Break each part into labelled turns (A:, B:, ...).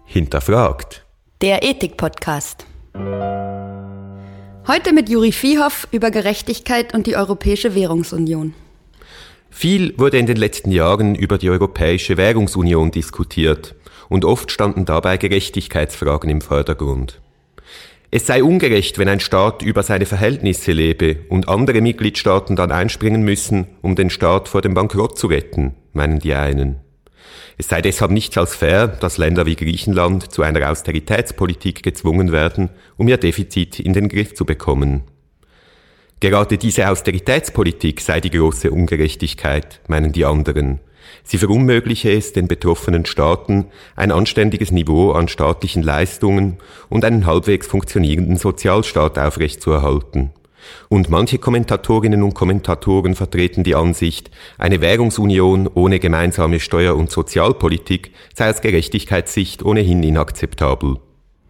A: Hinterfragt.
B: Der Ethik-Podcast. Heute mit Juri Viehoff über Gerechtigkeit und die Europäische Währungsunion.
A: Viel wurde in den letzten Jahren über die Europäische Währungsunion diskutiert und oft standen dabei Gerechtigkeitsfragen im Vordergrund. Es sei ungerecht, wenn ein Staat über seine Verhältnisse lebe und andere Mitgliedstaaten dann einspringen müssen, um den Staat vor dem Bankrott zu retten, meinen die einen. Es sei deshalb nichts als fair, dass Länder wie Griechenland zu einer Austeritätspolitik gezwungen werden, um ihr Defizit in den Griff zu bekommen. Gerade diese Austeritätspolitik sei die große Ungerechtigkeit, meinen die anderen. Sie verunmögliche es den betroffenen Staaten, ein anständiges Niveau an staatlichen Leistungen und einen halbwegs funktionierenden Sozialstaat aufrechtzuerhalten. Und manche Kommentatorinnen und Kommentatoren vertreten die Ansicht, eine Währungsunion ohne gemeinsame Steuer- und Sozialpolitik sei aus Gerechtigkeitssicht ohnehin inakzeptabel.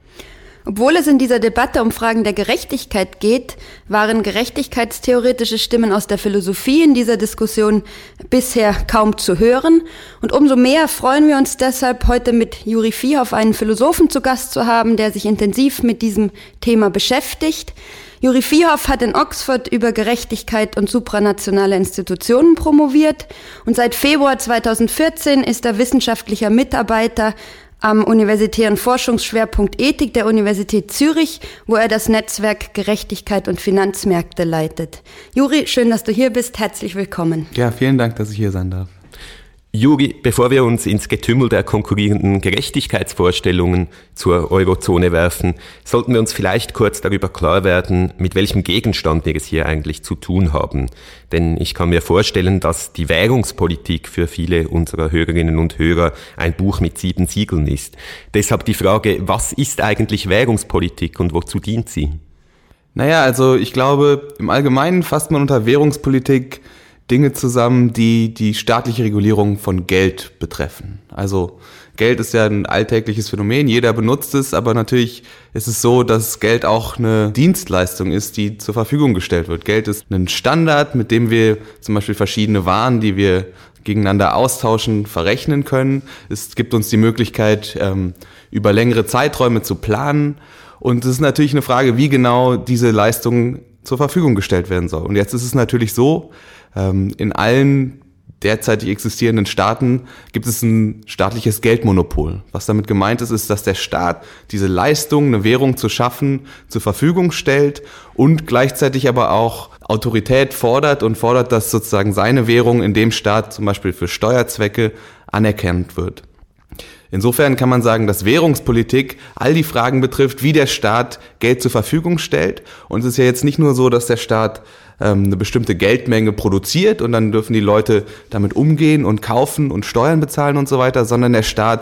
B: Obwohl es in dieser Debatte um Fragen der Gerechtigkeit geht, waren gerechtigkeitstheoretische Stimmen aus der Philosophie in dieser Diskussion bisher kaum zu hören. Und umso mehr freuen wir uns deshalb, heute mit Juri Viehoff einen Philosophen zu Gast zu haben, der sich intensiv mit diesem Thema beschäftigt. Juri Viehoff hat in Oxford über Gerechtigkeit und supranationale Institutionen promoviert und seit Februar 2014 ist er wissenschaftlicher Mitarbeiter am universitären Forschungsschwerpunkt Ethik der Universität Zürich, wo er das Netzwerk Gerechtigkeit und Finanzmärkte leitet. Juri, schön, dass du hier bist. Herzlich willkommen.
C: Ja, vielen Dank, dass ich hier sein darf.
A: Juri, bevor wir uns ins Getümmel der konkurrierenden Gerechtigkeitsvorstellungen zur Eurozone werfen, sollten wir uns vielleicht kurz darüber klar werden, mit welchem Gegenstand wir es hier eigentlich zu tun haben. Denn ich kann mir vorstellen, dass die Währungspolitik für viele unserer Hörerinnen und Hörer ein Buch mit 7 Siegeln ist. Deshalb die Frage, was ist eigentlich Währungspolitik und wozu dient sie?
C: Naja, also ich glaube, im Allgemeinen fasst man unter Währungspolitik Dinge zusammen, die die staatliche Regulierung von Geld betreffen. Also Geld ist ja ein alltägliches Phänomen, jeder benutzt es, aber natürlich ist es so, dass Geld auch eine Dienstleistung ist, die zur Verfügung gestellt wird. Geld ist ein Standard, mit dem wir zum Beispiel verschiedene Waren, die wir gegeneinander austauschen, verrechnen können. Es gibt uns die Möglichkeit, über längere Zeiträume zu planen. Und es ist natürlich eine Frage, wie genau diese Leistung zur Verfügung gestellt werden soll. Und jetzt ist es natürlich so, in allen derzeitig existierenden Staaten gibt es ein staatliches Geldmonopol. Was damit gemeint ist, ist, dass der Staat diese Leistung, eine Währung zu schaffen, zur Verfügung stellt und gleichzeitig aber auch Autorität fordert, dass sozusagen seine Währung in dem Staat zum Beispiel für Steuerzwecke anerkannt wird. Insofern kann man sagen, dass Währungspolitik all die Fragen betrifft, wie der Staat Geld zur Verfügung stellt. Und es ist ja jetzt nicht nur so, dass der Staat eine bestimmte Geldmenge produziert und dann dürfen die Leute damit umgehen und kaufen und Steuern bezahlen und so weiter, sondern der Staat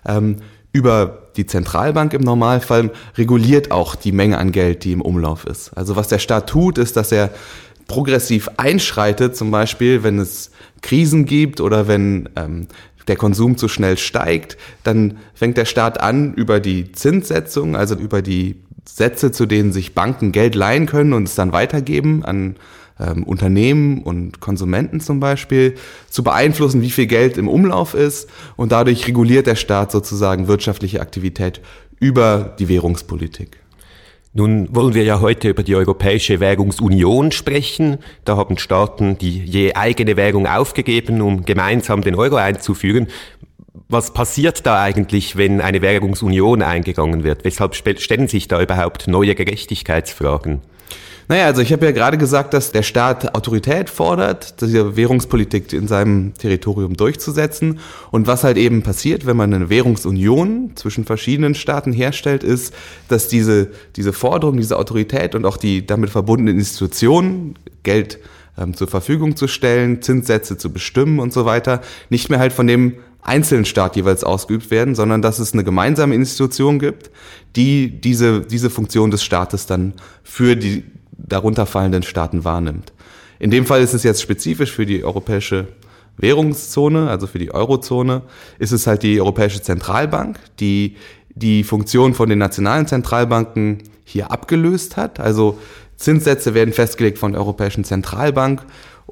C: über die Zentralbank im Normalfall reguliert auch die Menge an Geld, die im Umlauf ist. Also was der Staat tut, ist, dass er progressiv einschreitet, zum Beispiel, wenn es Krisen gibt oder wenn der Konsum zu schnell steigt, dann fängt der Staat an, über die Zinssetzung, also über die Sätze, zu denen sich Banken Geld leihen können und es dann weitergeben an Unternehmen und Konsumenten zum Beispiel, zu beeinflussen, wie viel Geld im Umlauf ist. Und dadurch reguliert der Staat sozusagen wirtschaftliche Aktivität über die Währungspolitik.
A: Nun wollen wir ja heute über die Europäische Währungsunion sprechen. Da haben Staaten die je eigene Währung aufgegeben, um gemeinsam den Euro einzuführen. Was passiert da eigentlich, wenn eine Währungsunion eingegangen wird? Weshalb stellen sich da überhaupt neue Gerechtigkeitsfragen?
C: Naja, also ich habe ja gerade gesagt, dass der Staat Autorität fordert, diese Währungspolitik in seinem Territorium durchzusetzen. Und was halt eben passiert, wenn man eine Währungsunion zwischen verschiedenen Staaten herstellt, ist, dass diese Forderung, diese Autorität und auch die damit verbundenen Institutionen, Geld zur Verfügung zu stellen, Zinssätze zu bestimmen und so weiter, nicht mehr halt von dem einzelnen Staat jeweils ausgeübt werden, sondern dass es eine gemeinsame Institution gibt, die diese Funktion des Staates dann für die darunter fallenden Staaten wahrnimmt. In dem Fall ist es jetzt spezifisch für die europäische Währungszone, also für die Eurozone, ist es halt die Europäische Zentralbank, die die Funktion von den nationalen Zentralbanken hier abgelöst hat. Also Zinssätze werden festgelegt von der Europäischen Zentralbank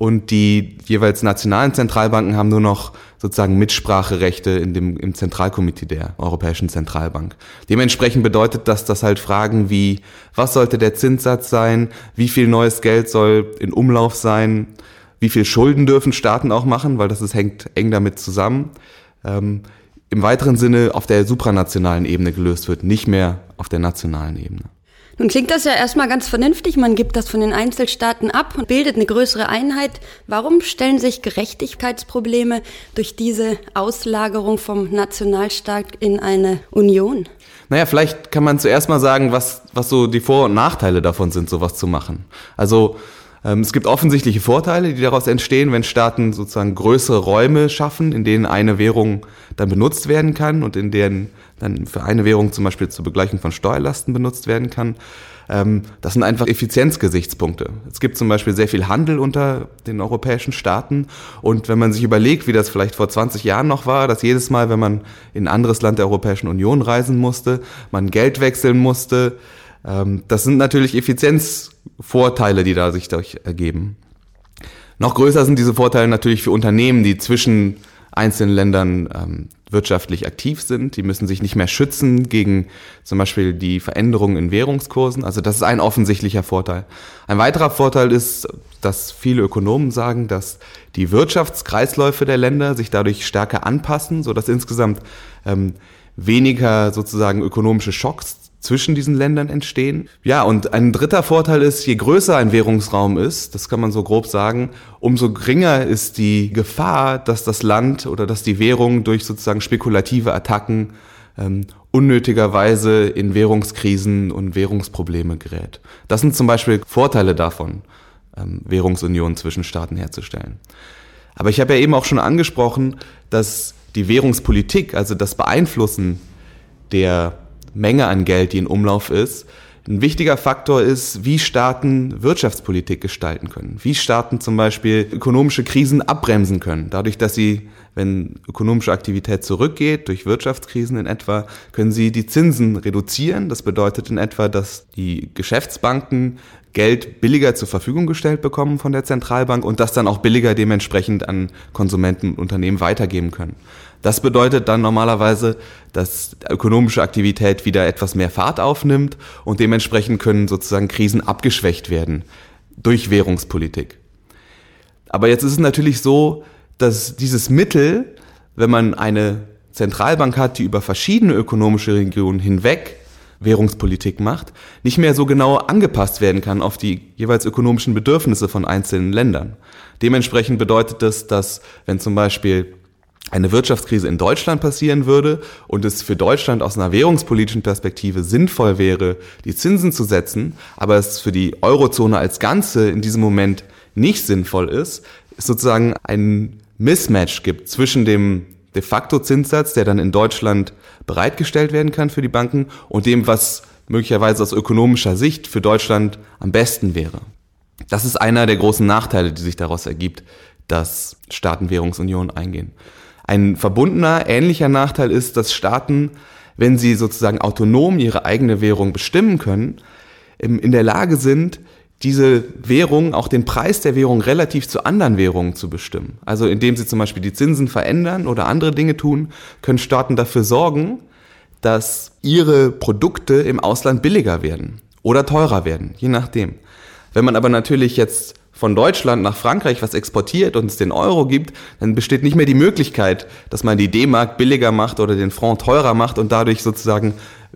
C: und die jeweils nationalen Zentralbanken haben nur noch sozusagen Mitspracherechte im Zentralkomitee der Europäischen Zentralbank. Dementsprechend bedeutet das halt Fragen wie, was sollte der Zinssatz sein, wie viel neues Geld soll in Umlauf sein, wie viel Schulden dürfen Staaten auch machen, weil hängt eng damit zusammen, im weiteren Sinne auf der supranationalen Ebene gelöst wird, nicht mehr auf der nationalen Ebene.
B: Nun klingt das ja erstmal ganz vernünftig, man gibt das von den Einzelstaaten ab und bildet eine größere Einheit. Warum stellen sich Gerechtigkeitsprobleme durch diese Auslagerung vom Nationalstaat in eine Union?
C: Naja, vielleicht kann man zuerst mal sagen, was so die Vor- und Nachteile davon sind, sowas zu machen. Also es gibt offensichtliche Vorteile, die daraus entstehen, wenn Staaten sozusagen größere Räume schaffen, in denen eine Währung dann benutzt werden kann und in denen dann für eine Währung zum Beispiel zur Begleichung von Steuerlasten benutzt werden kann. Das sind einfach Effizienzgesichtspunkte. Es gibt zum Beispiel sehr viel Handel unter den europäischen Staaten und wenn man sich überlegt, wie das vielleicht vor 20 Jahren noch war, dass jedes Mal, wenn man in ein anderes Land der Europäischen Union reisen musste, man Geld wechseln musste, das sind natürlich Effizienzvorteile, die da sich dadurch ergeben. Noch größer sind diese Vorteile natürlich für Unternehmen, die zwischen einzelnen Ländern wirtschaftlich aktiv sind. Die müssen sich nicht mehr schützen gegen zum Beispiel die Veränderungen in Währungskursen. Also das ist ein offensichtlicher Vorteil. Ein weiterer Vorteil ist, dass viele Ökonomen sagen, dass die Wirtschaftskreisläufe der Länder sich dadurch stärker anpassen, sodass insgesamt weniger sozusagen ökonomische Schocks zwischen diesen Ländern entstehen. Ja, und ein dritter Vorteil ist, je größer ein Währungsraum ist, das kann man so grob sagen, umso geringer ist die Gefahr, dass das Land oder dass die Währung durch sozusagen spekulative Attacken unnötigerweise in Währungskrisen und Währungsprobleme gerät. Das sind zum Beispiel Vorteile davon, Währungsunionen zwischen Staaten herzustellen. Aber ich habe ja eben auch schon angesprochen, dass die Währungspolitik, also das Beeinflussen der Menge an Geld, die in Umlauf ist, ein wichtiger Faktor ist, wie Staaten Wirtschaftspolitik gestalten können. Wie Staaten zum Beispiel ökonomische Krisen abbremsen können. Dadurch, dass sie, wenn ökonomische Aktivität zurückgeht, durch Wirtschaftskrisen in etwa, können sie die Zinsen reduzieren. Das bedeutet in etwa, dass die Geschäftsbanken Geld billiger zur Verfügung gestellt bekommen von der Zentralbank und das dann auch billiger dementsprechend an Konsumenten und Unternehmen weitergeben können. Das bedeutet dann normalerweise, dass ökonomische Aktivität wieder etwas mehr Fahrt aufnimmt und dementsprechend können sozusagen Krisen abgeschwächt werden durch Währungspolitik. Aber jetzt ist es natürlich so, dass dieses Mittel, wenn man eine Zentralbank hat, die über verschiedene ökonomische Regionen hinweg Währungspolitik macht, nicht mehr so genau angepasst werden kann auf die jeweils ökonomischen Bedürfnisse von einzelnen Ländern. Dementsprechend bedeutet das, dass wenn zum Beispiel eine Wirtschaftskrise in Deutschland passieren würde und es für Deutschland aus einer währungspolitischen Perspektive sinnvoll wäre, die Zinsen zu setzen, aber es für die Eurozone als Ganze in diesem Moment nicht sinnvoll ist, es sozusagen ein Mismatch gibt zwischen dem de facto Zinssatz, der dann in Deutschland bereitgestellt werden kann für die Banken und dem, was möglicherweise aus ökonomischer Sicht für Deutschland am besten wäre. Das ist einer der großen Nachteile, die sich daraus ergibt, dass Staaten Währungsunion eingehen. Ein verbundener, ähnlicher Nachteil ist, dass Staaten, wenn sie sozusagen autonom ihre eigene Währung bestimmen können, in der Lage sind, diese Währung, auch den Preis der Währung relativ zu anderen Währungen zu bestimmen. Also indem sie zum Beispiel die Zinsen verändern oder andere Dinge tun, können Staaten dafür sorgen, dass ihre Produkte im Ausland billiger werden oder teurer werden, je nachdem. Wenn man aber natürlich jetzt von Deutschland nach Frankreich was exportiert und es den Euro gibt, dann besteht nicht mehr die Möglichkeit, dass man die D-Mark billiger macht oder den Franc teurer macht und dadurch sozusagen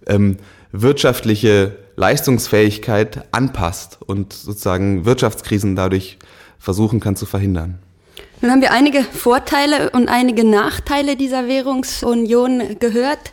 C: wirtschaftliche Leistungsfähigkeit anpasst und sozusagen Wirtschaftskrisen dadurch versuchen kann zu verhindern.
B: Nun haben wir einige Vorteile und einige Nachteile dieser Währungsunion gehört.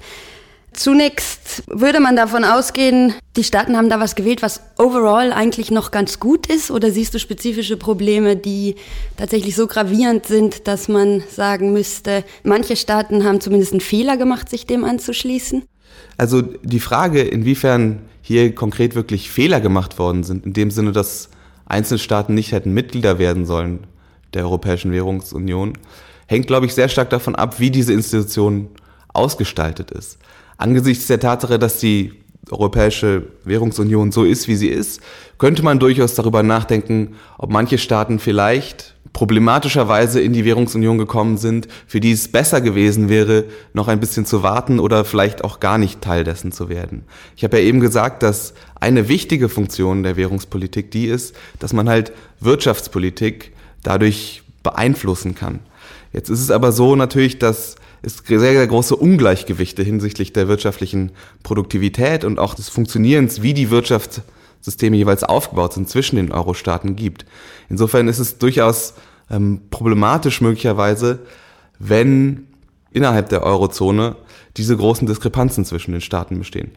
B: Zunächst würde man davon ausgehen, die Staaten haben da was gewählt, was overall eigentlich noch ganz gut ist, oder siehst du spezifische Probleme, die tatsächlich so gravierend sind, dass man sagen müsste, manche Staaten haben zumindest einen Fehler gemacht, sich dem anzuschließen?
C: Also die Frage, inwiefern hier konkret wirklich Fehler gemacht worden sind, in dem Sinne, dass Einzelstaaten nicht hätten Mitglieder werden sollen der Europäischen Währungsunion, hängt, glaube ich, sehr stark davon ab, wie diese Institution ausgestaltet ist. Angesichts der Tatsache, dass die Europäische Währungsunion so ist, wie sie ist, könnte man durchaus darüber nachdenken, ob manche Staaten vielleicht problematischerweise in die Währungsunion gekommen sind, für die es besser gewesen wäre, noch ein bisschen zu warten oder vielleicht auch gar nicht Teil dessen zu werden. Ich habe ja eben gesagt, dass eine wichtige Funktion der Währungspolitik die ist, dass man halt Wirtschaftspolitik dadurch beeinflussen kann. Jetzt ist es aber so natürlich, dass es sehr, sehr große Ungleichgewichte hinsichtlich der wirtschaftlichen Produktivität und auch des Funktionierens, wie die Wirtschaftssysteme jeweils aufgebaut sind, zwischen den Euro-Staaten gibt. Insofern ist es durchaus problematisch möglicherweise, wenn innerhalb der Eurozone diese großen Diskrepanzen zwischen den Staaten bestehen.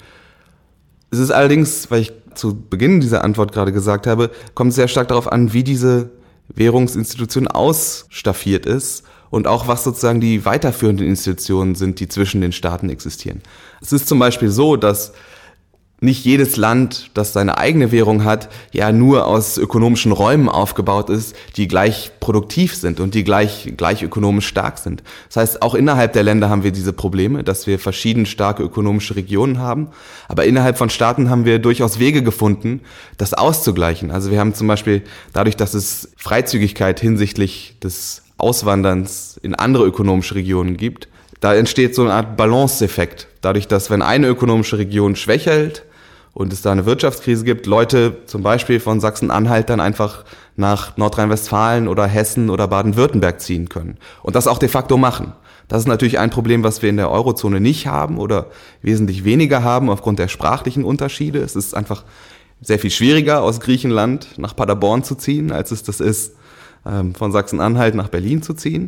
C: Es ist allerdings, weil ich zu Beginn dieser Antwort gerade gesagt habe, kommt es sehr stark darauf an, wie diese Währungsinstitution ausstaffiert ist und auch was sozusagen die weiterführenden Institutionen sind, die zwischen den Staaten existieren. Es ist zum Beispiel so, dass nicht jedes Land, das seine eigene Währung hat, ja nur aus ökonomischen Räumen aufgebaut ist, die gleich produktiv sind und die gleich ökonomisch stark sind. Das heißt, auch innerhalb der Länder haben wir diese Probleme, dass wir verschieden starke ökonomische Regionen haben. Aber innerhalb von Staaten haben wir durchaus Wege gefunden, das auszugleichen. Also wir haben zum Beispiel dadurch, dass es Freizügigkeit hinsichtlich des Auswanderns in andere ökonomische Regionen gibt, da entsteht so eine Art Balanceeffekt. Dadurch, dass wenn eine ökonomische Region schwächelt und es da eine Wirtschaftskrise gibt, Leute zum Beispiel von Sachsen-Anhalt dann einfach nach Nordrhein-Westfalen oder Hessen oder Baden-Württemberg ziehen können. Und das auch de facto machen. Das ist natürlich ein Problem, was wir in der Eurozone nicht haben oder wesentlich weniger haben aufgrund der sprachlichen Unterschiede. Es ist einfach sehr viel schwieriger, aus Griechenland nach Paderborn zu ziehen, als es das ist, von Sachsen-Anhalt nach Berlin zu ziehen.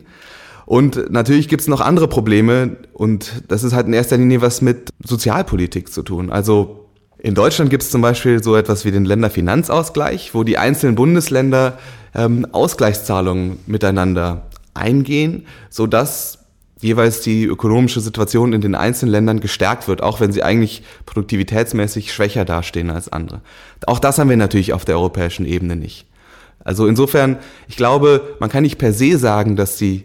C: Und natürlich gibt es noch andere Probleme und das ist halt in erster Linie was mit Sozialpolitik zu tun. Also in Deutschland gibt es zum Beispiel so etwas wie den Länderfinanzausgleich, wo die einzelnen Bundesländer Ausgleichszahlungen miteinander eingehen, sodass jeweils die ökonomische Situation in den einzelnen Ländern gestärkt wird, auch wenn sie eigentlich produktivitätsmäßig schwächer dastehen als andere. Auch das haben wir natürlich auf der europäischen Ebene nicht. Also insofern, ich glaube, man kann nicht per se sagen, dass die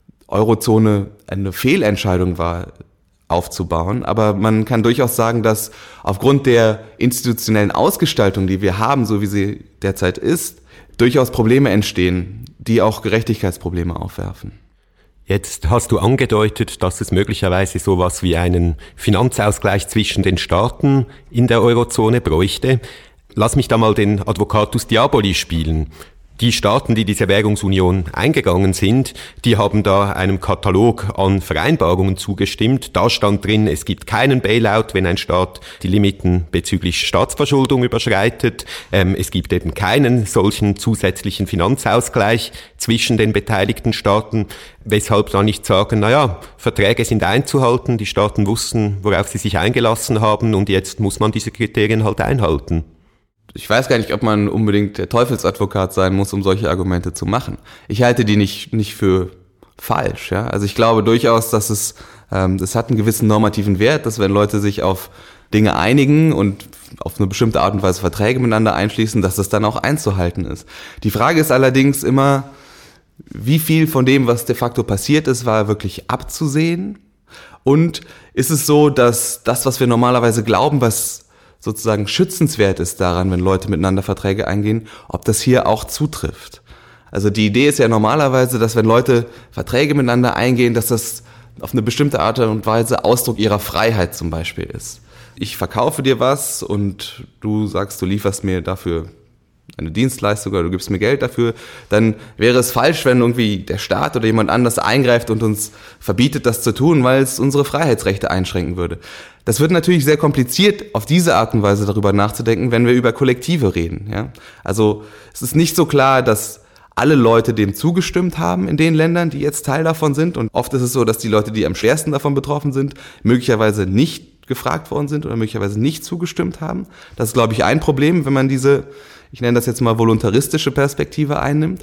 C: Eurozone eine Fehlentscheidung war, aufzubauen, aber man kann durchaus sagen, dass aufgrund der institutionellen Ausgestaltung, die wir haben, so wie sie derzeit ist, durchaus Probleme entstehen, die auch Gerechtigkeitsprobleme aufwerfen.
A: Jetzt hast du angedeutet, dass es möglicherweise sowas wie einen Finanzausgleich zwischen den Staaten in der Eurozone bräuchte. Lass mich da mal den Advocatus Diaboli spielen. Die Staaten, die diese Währungsunion eingegangen sind, die haben da einem Katalog an Vereinbarungen zugestimmt. Da stand drin, es gibt keinen Bailout, wenn ein Staat die Limiten bezüglich Staatsverschuldung überschreitet. Es gibt eben keinen solchen zusätzlichen Finanzausgleich zwischen den beteiligten Staaten. Weshalb da nicht sagen, Verträge sind einzuhalten, die Staaten wussten, worauf sie sich eingelassen haben und jetzt muss man diese Kriterien halt einhalten.
C: Ich weiß gar nicht, ob man unbedingt der Teufelsadvokat sein muss, um solche Argumente zu machen. Ich halte die nicht für falsch. Ja? Also ich glaube durchaus, dass es hat einen gewissen normativen Wert, dass wenn Leute sich auf Dinge einigen und auf eine bestimmte Art und Weise Verträge miteinander einschließen, dass das dann auch einzuhalten ist. Die Frage ist allerdings immer, wie viel von dem, was de facto passiert ist, war wirklich abzusehen? Und ist es so, dass das, was wir normalerweise glauben, was sozusagen schützenswert ist daran, wenn Leute miteinander Verträge eingehen, ob das hier auch zutrifft. Also die Idee ist ja normalerweise, dass wenn Leute Verträge miteinander eingehen, dass das auf eine bestimmte Art und Weise Ausdruck ihrer Freiheit zum Beispiel ist. Ich verkaufe dir was und du sagst, du lieferst mir dafür eine Dienstleistung oder du gibst mir Geld dafür, dann wäre es falsch, wenn irgendwie der Staat oder jemand anders eingreift und uns verbietet, das zu tun, weil es unsere Freiheitsrechte einschränken würde. Das wird natürlich sehr kompliziert, auf diese Art und Weise darüber nachzudenken, wenn wir über Kollektive reden. Ja? Also es ist nicht so klar, dass alle Leute dem zugestimmt haben in den Ländern, die jetzt Teil davon sind. Und oft ist es so, dass die Leute, die am schwersten davon betroffen sind, möglicherweise nicht gefragt worden sind oder möglicherweise nicht zugestimmt haben. Das ist, glaube ich, ein Problem, wenn man diese, ich nenne das jetzt mal voluntaristische Perspektive einnimmt.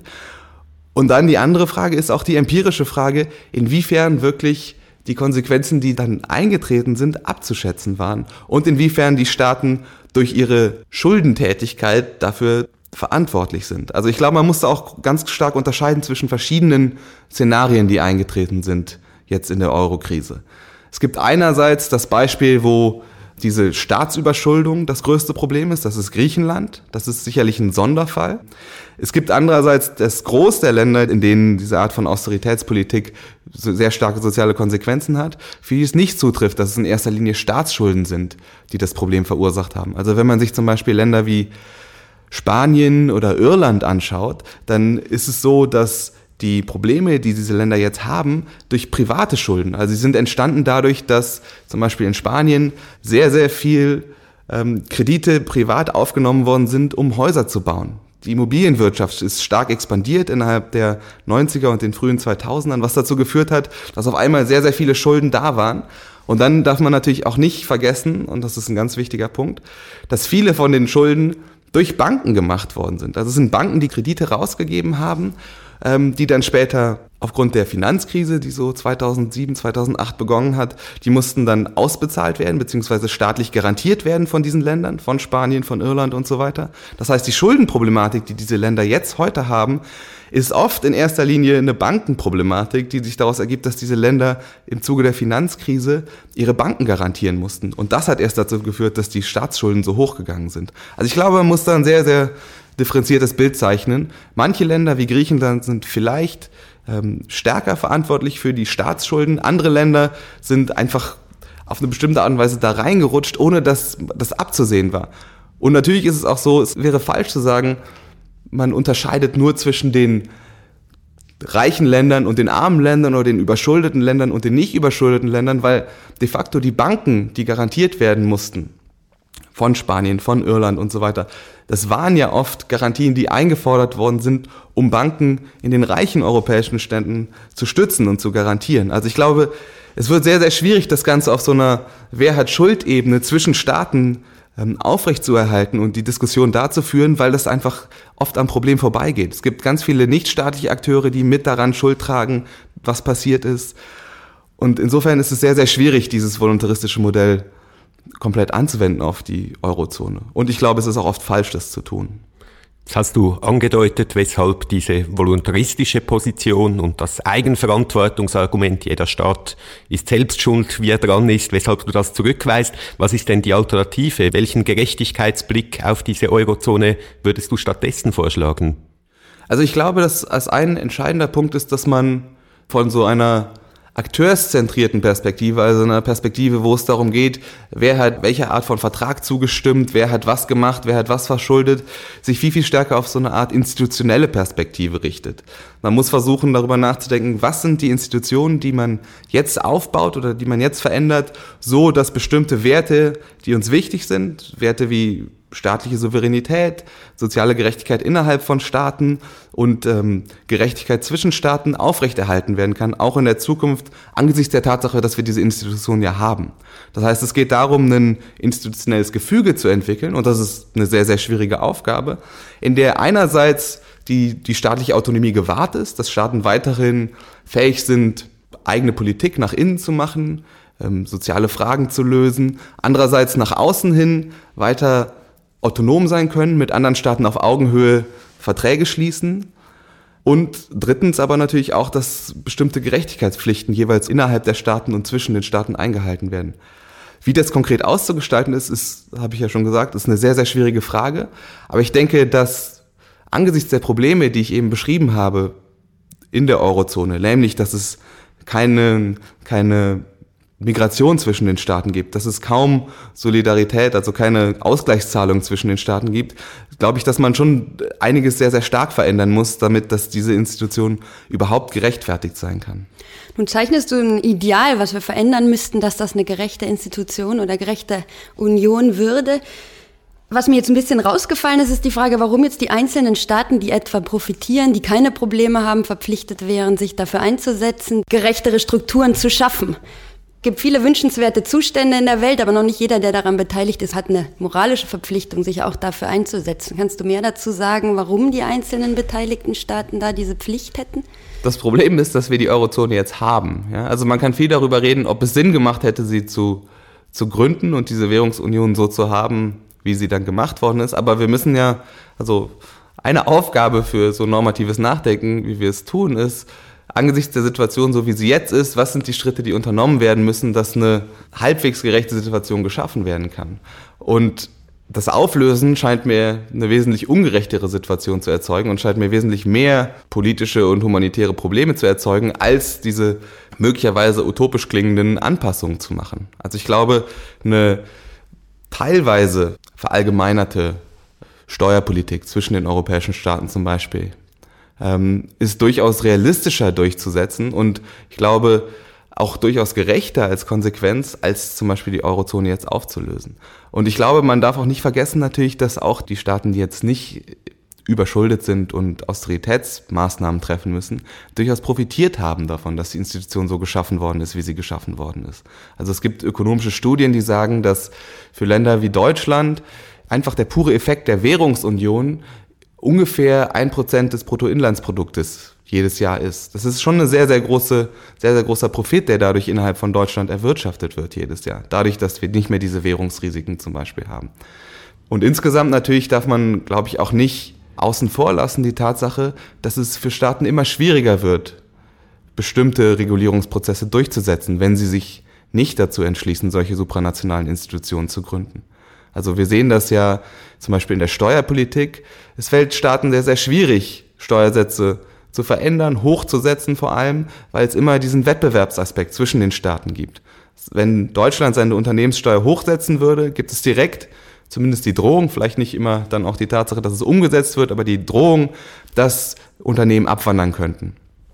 C: Und dann die andere Frage ist auch die empirische Frage, inwiefern wirklich die Konsequenzen, die dann eingetreten sind, abzuschätzen waren und inwiefern die Staaten durch ihre Schuldentätigkeit dafür verantwortlich sind. Also ich glaube, man muss da auch ganz stark unterscheiden zwischen verschiedenen Szenarien, die eingetreten sind jetzt in der Euro-Krise. Es gibt einerseits das Beispiel, wo diese Staatsüberschuldung das größte Problem ist. Das ist Griechenland. Das ist sicherlich ein Sonderfall. Es gibt andererseits das Gros der Länder, in denen diese Art von Austeritätspolitik sehr starke soziale Konsequenzen hat, für die es nicht zutrifft, dass es in erster Linie Staatsschulden sind, die das Problem verursacht haben. Also wenn man sich zum Beispiel Länder wie Spanien oder Irland anschaut, dann ist es so, dass die Probleme, die diese Länder jetzt haben, durch private Schulden. Also sie sind entstanden dadurch, dass zum Beispiel in Spanien sehr, sehr viel Kredite privat aufgenommen worden sind, um Häuser zu bauen. Die Immobilienwirtschaft ist stark expandiert innerhalb der 90er und den frühen 2000ern, was dazu geführt hat, dass auf einmal sehr, sehr viele Schulden da waren. Und dann darf man natürlich auch nicht vergessen, und das ist ein ganz wichtiger Punkt, dass viele von den Schulden durch Banken gemacht worden sind. Also es sind Banken, die Kredite rausgegeben haben, die dann später aufgrund der Finanzkrise, die so 2007, 2008 begonnen hat, die mussten dann ausbezahlt werden, beziehungsweise staatlich garantiert werden von diesen Ländern, von Spanien, von Irland und so weiter. Das heißt, die Schuldenproblematik, die diese Länder jetzt heute haben, ist oft in erster Linie eine Bankenproblematik, die sich daraus ergibt, dass diese Länder im Zuge der Finanzkrise ihre Banken garantieren mussten. Und das hat erst dazu geführt, dass die Staatsschulden so hochgegangen sind. Also ich glaube, man muss da ein sehr, sehr differenziertes Bild zeichnen. Manche Länder wie Griechenland sind vielleicht stärker verantwortlich für die Staatsschulden. Andere Länder sind einfach auf eine bestimmte Art und Weise da reingerutscht, ohne dass das abzusehen war. Und natürlich ist es auch so, es wäre falsch zu sagen, man unterscheidet nur zwischen den reichen Ländern und den armen Ländern oder den überschuldeten Ländern und den nicht überschuldeten Ländern, weil de facto die Banken, die garantiert werden mussten, von Spanien, von Irland und so weiter, das waren ja oft Garantien, die eingefordert worden sind, um Banken in den reichen europäischen Ständen zu stützen und zu garantieren. Also ich glaube, es wird sehr, sehr schwierig, das Ganze auf so einer Wer-hat-Schuld-Ebene zwischen Staaten aufrechtzuerhalten und die Diskussion dazu führen, weil das einfach oft am Problem vorbeigeht. Es gibt ganz viele nichtstaatliche Akteure, die mit daran Schuld tragen, was passiert ist. Und insofern ist es sehr, sehr schwierig, dieses voluntaristische Modell komplett anzuwenden auf die Eurozone. Und ich glaube, es ist auch oft falsch, das zu tun.
A: Jetzt hast du angedeutet, weshalb diese voluntaristische Position und das Eigenverantwortungsargument, jeder Staat ist selbst schuld, wie er dran ist, weshalb du das zurückweist. Was ist denn die Alternative? Welchen Gerechtigkeitsblick auf diese Eurozone würdest du stattdessen vorschlagen?
C: Also ich glaube, dass als ein entscheidender Punkt ist, dass man von so einer akteurszentrierten Perspektive, also einer Perspektive, wo es darum geht, wer hat welcher Art von Vertrag zugestimmt, wer hat was gemacht, wer hat was verschuldet, sich viel, viel stärker auf so eine Art institutionelle Perspektive richtet. Man muss versuchen, darüber nachzudenken, was sind die Institutionen, die man jetzt aufbaut oder die man jetzt verändert, so dass bestimmte Werte, die uns wichtig sind, Werte wie staatliche Souveränität, soziale Gerechtigkeit innerhalb von Staaten und Gerechtigkeit zwischen Staaten aufrechterhalten werden kann, auch in der Zukunft angesichts der Tatsache, dass wir diese Institutionen ja haben. Das heißt, es geht darum, ein institutionelles Gefüge zu entwickeln und das ist eine sehr, sehr schwierige Aufgabe, in der einerseits die staatliche Autonomie gewahrt ist, dass Staaten weiterhin fähig sind, eigene Politik nach innen zu machen, soziale Fragen zu lösen, andererseits nach außen hin weiter autonom sein können, mit anderen Staaten auf Augenhöhe Verträge schließen und drittens aber natürlich auch, dass bestimmte Gerechtigkeitspflichten jeweils innerhalb der Staaten und zwischen den Staaten eingehalten werden. Wie das konkret auszugestalten ist, habe ich ja schon gesagt, ist eine sehr, sehr schwierige Frage. Aber ich denke, dass angesichts der Probleme, die ich eben beschrieben habe in der Eurozone, nämlich, dass es keine Migration zwischen den Staaten gibt, dass es kaum Solidarität, also keine Ausgleichszahlung zwischen den Staaten gibt, glaube ich, dass man schon einiges sehr, sehr stark verändern muss, damit dass diese Institution überhaupt gerechtfertigt sein kann.
B: Nun zeichnest du ein Ideal, was wir verändern müssten, dass das eine gerechte Institution oder gerechte Union würde. Was mir jetzt ein bisschen rausgefallen ist, ist die Frage, warum jetzt die einzelnen Staaten, die etwa profitieren, die keine Probleme haben, verpflichtet wären, sich dafür einzusetzen, gerechtere Strukturen zu schaffen. Es gibt viele wünschenswerte Zustände in der Welt, aber noch nicht jeder, der daran beteiligt ist, hat eine moralische Verpflichtung, sich auch dafür einzusetzen. Kannst du mehr dazu sagen, warum die einzelnen beteiligten Staaten da diese Pflicht hätten?
C: Das Problem ist, dass wir die Eurozone jetzt haben. Ja? Also man kann viel darüber reden, ob es Sinn gemacht hätte, sie zu gründen und diese Währungsunion so zu haben, wie sie dann gemacht worden ist. Aber wir müssen ja, also eine Aufgabe für so normatives Nachdenken, wie wir es tun, ist, angesichts der Situation, so wie sie jetzt ist, was sind die Schritte, die unternommen werden müssen, dass eine halbwegs gerechte Situation geschaffen werden kann. Und das Auflösen scheint mir eine wesentlich ungerechtere Situation zu erzeugen und scheint mir wesentlich mehr politische und humanitäre Probleme zu erzeugen, als diese möglicherweise utopisch klingenden Anpassungen zu machen. Also ich glaube, eine teilweise verallgemeinerte Steuerpolitik zwischen den europäischen Staaten zum Beispiel ist durchaus realistischer durchzusetzen und ich glaube auch durchaus gerechter als Konsequenz, als zum Beispiel die Eurozone jetzt aufzulösen. Und ich glaube, man darf auch nicht vergessen natürlich, dass auch die Staaten, die jetzt nicht überschuldet sind und Austeritätsmaßnahmen treffen müssen, durchaus profitiert haben davon, dass die Institution so geschaffen worden ist, wie sie geschaffen worden ist. Also es gibt ökonomische Studien, die sagen, dass für Länder wie Deutschland einfach der pure Effekt der Währungsunion ungefähr 1% des Bruttoinlandsproduktes jedes Jahr ist. Das ist schon ein sehr, sehr großer Profit, der dadurch innerhalb von Deutschland erwirtschaftet wird jedes Jahr. Dadurch, dass wir nicht mehr diese Währungsrisiken zum Beispiel haben. Und insgesamt natürlich darf man, glaube ich, auch nicht außen vor lassen die Tatsache, dass es für Staaten immer schwieriger wird, bestimmte Regulierungsprozesse durchzusetzen, wenn sie sich nicht dazu entschließen, solche supranationalen Institutionen zu gründen. Also wir sehen das ja zum Beispiel in der Steuerpolitik. Es fällt Staaten sehr, sehr schwierig, Steuersätze zu verändern, hochzusetzen vor allem, weil es immer diesen Wettbewerbsaspekt zwischen den Staaten gibt. Wenn Deutschland seine Unternehmenssteuer hochsetzen würde, gibt es direkt zumindest die Drohung, vielleicht nicht immer dann auch die Tatsache, dass es umgesetzt wird, aber die Drohung, dass Unternehmen abwandern könnten.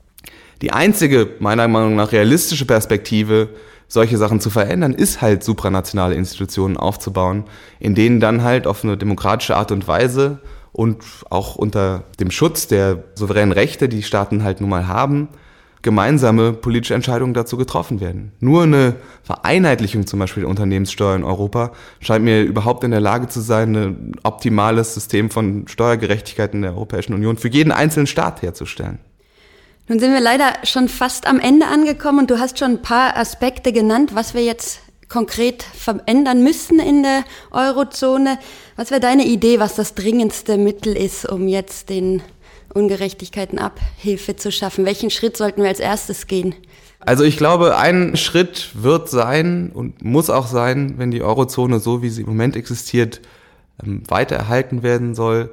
C: Die einzige, meiner Meinung nach, realistische Perspektive, solche Sachen zu verändern, ist halt supranationale Institutionen aufzubauen, in denen dann halt auf eine demokratische Art und Weise und auch unter dem Schutz der souveränen Rechte, die Staaten halt nun mal haben, gemeinsame politische Entscheidungen dazu getroffen werden. Nur eine Vereinheitlichung zum Beispiel der Unternehmenssteuer in Europa scheint mir überhaupt in der Lage zu sein, ein optimales System von Steuergerechtigkeit in der Europäischen Union für jeden einzelnen Staat herzustellen.
B: Nun sind wir leider schon fast am Ende angekommen und du hast schon ein paar Aspekte genannt, was wir jetzt konkret verändern müssen in der Eurozone. Was wäre deine Idee, was das dringendste Mittel ist, um jetzt den Ungerechtigkeiten Abhilfe zu schaffen? Welchen Schritt sollten wir als erstes gehen?
C: Also ich glaube, ein Schritt wird sein und muss auch sein, wenn die Eurozone so, wie sie im Moment existiert, weiter erhalten werden soll,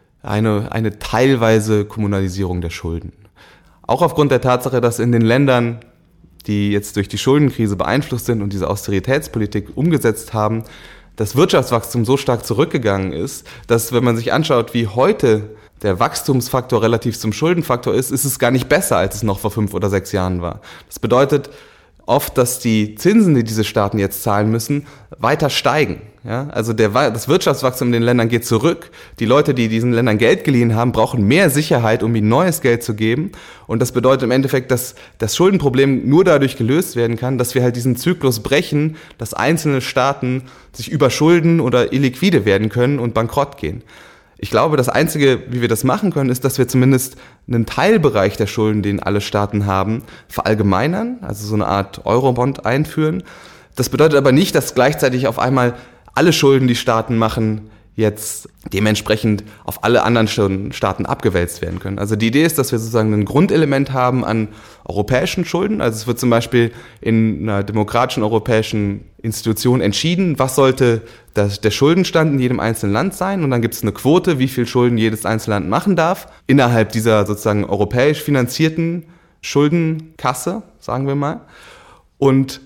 C: eine teilweise Kommunalisierung der Schulden. Auch aufgrund der Tatsache, dass in den Ländern, die jetzt durch die Schuldenkrise beeinflusst sind und diese Austeritätspolitik umgesetzt haben, das Wirtschaftswachstum so stark zurückgegangen ist, dass wenn man sich anschaut, wie heute der Wachstumsfaktor relativ zum Schuldenfaktor ist, ist es gar nicht besser, als es noch vor 5 oder 6 Jahren war. Das bedeutet oft, dass die Zinsen, die diese Staaten jetzt zahlen müssen, weiter steigen. Ja, also das Wirtschaftswachstum in den Ländern geht zurück. Die Leute, die diesen Ländern Geld geliehen haben, brauchen mehr Sicherheit, um ihnen neues Geld zu geben. Und das bedeutet im Endeffekt, dass das Schuldenproblem nur dadurch gelöst werden kann, dass wir halt diesen Zyklus brechen, dass einzelne Staaten sich überschulden oder illiquide werden können und bankrott gehen. Ich glaube, das Einzige, wie wir das machen können, ist, dass wir zumindest einen Teilbereich der Schulden, den alle Staaten haben, verallgemeinern, also so eine Art Eurobond einführen. Das bedeutet aber nicht, dass gleichzeitig auf einmal alle Schulden, die Staaten machen, jetzt dementsprechend auf alle anderen Staaten abgewälzt werden können. Also die Idee ist, dass wir sozusagen ein Grundelement haben an europäischen Schulden. Also es wird zum Beispiel in einer demokratischen europäischen Institution entschieden, was sollte der Schuldenstand in jedem einzelnen Land sein. Und dann gibt es eine Quote, wie viel Schulden jedes einzelne Land machen darf, innerhalb dieser sozusagen europäisch finanzierten Schuldenkasse, sagen wir mal. Und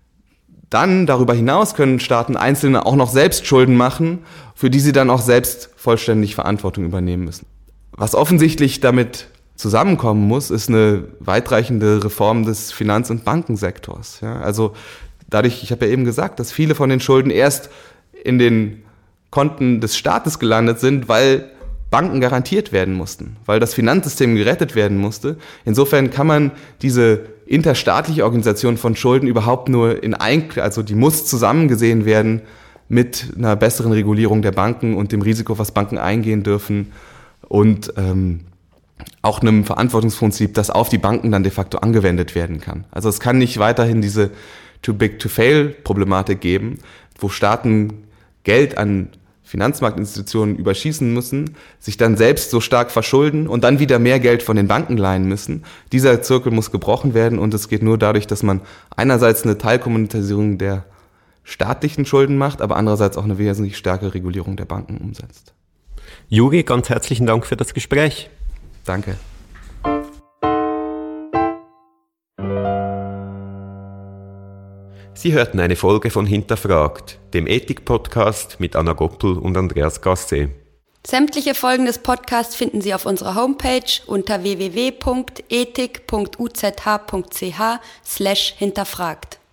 C: dann darüber hinaus können Staaten Einzelne auch noch selbst Schulden machen, für die sie dann auch selbst vollständig Verantwortung übernehmen müssen. Was offensichtlich damit zusammenkommen muss, ist eine weitreichende Reform des Finanz- und Bankensektors. Ja, also dadurch, ich habe ja eben gesagt, dass viele von den Schulden erst in den Konten des Staates gelandet sind, weil Banken garantiert werden mussten, weil das Finanzsystem gerettet werden musste. Insofern kann man diese interstaatliche Organisation von Schulden überhaupt nur also die muss zusammengesehen werden mit einer besseren Regulierung der Banken und dem Risiko, was Banken eingehen dürfen und auch einem Verantwortungsprinzip, das auf die Banken dann de facto angewendet werden kann. Also es kann nicht weiterhin diese Too-Big-to-Fail-Problematik geben, wo Staaten Geld an Finanzmarktinstitutionen überschießen müssen, sich dann selbst so stark verschulden und dann wieder mehr Geld von den Banken leihen müssen. Dieser Zirkel muss gebrochen werden und es geht nur dadurch, dass man einerseits eine Teilkommunitarisierung der staatlichen Schulden macht, aber andererseits auch eine wesentlich stärkere Regulierung der Banken umsetzt.
A: Juri, ganz herzlichen Dank für das Gespräch.
C: Danke.
A: Sie hörten eine Folge von Hinterfragt, dem Ethik-Podcast mit Anna Goppel und Andreas Gasset.
B: Sämtliche Folgen des Podcasts finden Sie auf unserer Homepage unter www.ethik.uzh.ch/hinterfragt.